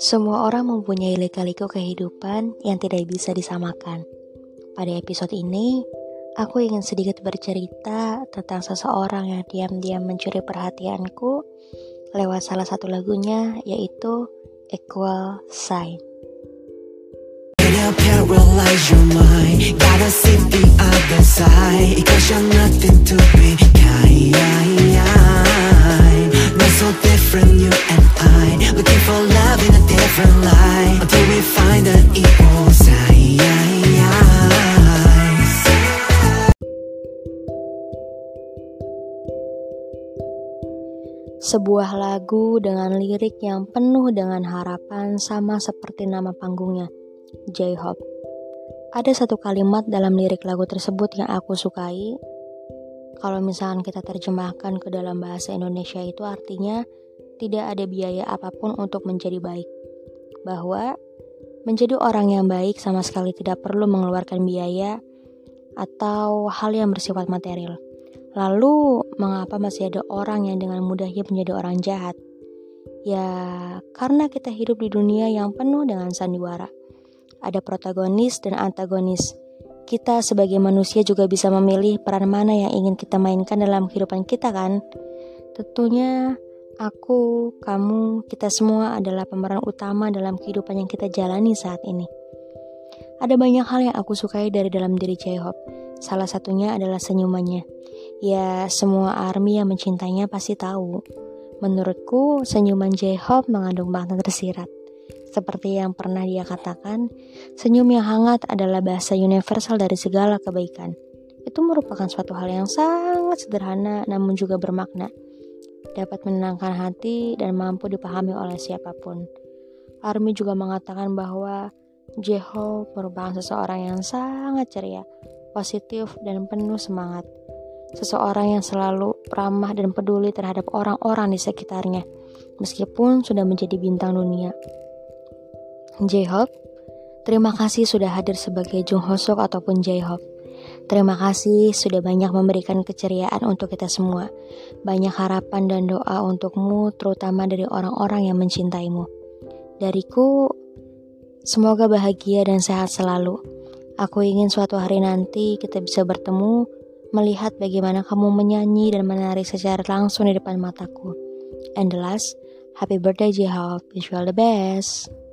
Semua orang mempunyai lika-liku kehidupan yang tidak bisa disamakan. Pada episode ini, aku ingin sedikit bercerita tentang seseorang yang diam-diam mencuri perhatianku lewat salah satu lagunya, yaitu Equal Sign. Paralyze your mind, gotta see the other side, cause you're nothing to be kind. Not so different, you and I, looking for love in a different light, until we find the equal sign. Sebuah lagu dengan lirik yang penuh dengan harapan, sama seperti nama panggungnya, J-Hope. Ada satu kalimat dalam lirik lagu tersebut yang aku sukai. Kalau misalkan kita terjemahkan ke dalam bahasa Indonesia, itu artinya tidak ada biaya apapun untuk menjadi baik. Bahwa menjadi orang yang baik sama sekali tidak perlu mengeluarkan biaya atau hal yang bersifat material. Lalu, mengapa masih ada orang yang dengan mudahnya menjadi orang jahat? Ya, karena kita hidup di dunia yang penuh dengan sandiwara. Ada protagonis dan antagonis. Kita sebagai manusia juga bisa memilih peran mana yang ingin kita mainkan dalam kehidupan kita, kan? Tentunya aku, kamu, kita semua adalah pemeran utama dalam kehidupan yang kita jalani saat ini. Ada banyak hal yang aku sukai dari dalam diri J-Hope. Salah satunya adalah senyumannya. Ya, semua ARMY yang mencintainya pasti tahu. Menurutku, senyuman J-Hope mengandung makna tersirat. Seperti yang pernah dia katakan, senyum yang hangat adalah bahasa universal dari segala kebaikan. Itu merupakan suatu hal yang sangat sederhana namun juga bermakna. Dapat menenangkan hati dan mampu dipahami oleh siapapun. ARMY juga mengatakan bahwa J-Hope merupakan seseorang yang sangat ceria, positif dan penuh semangat. Seseorang yang selalu ramah dan peduli terhadap orang-orang di sekitarnya, meskipun sudah menjadi bintang dunia. J-Hope, terima kasih sudah hadir sebagai Jung Hoseok ataupun J-Hope. Terima kasih sudah banyak memberikan keceriaan untuk kita semua. Banyak harapan dan doa untukmu, terutama dari orang-orang yang mencintaimu. Dariku, semoga bahagia dan sehat selalu. Aku ingin suatu hari nanti kita bisa bertemu, melihat bagaimana kamu menyanyi dan menari secara langsung di depan mataku. And the last, happy birthday J-Hope, wish you all the best.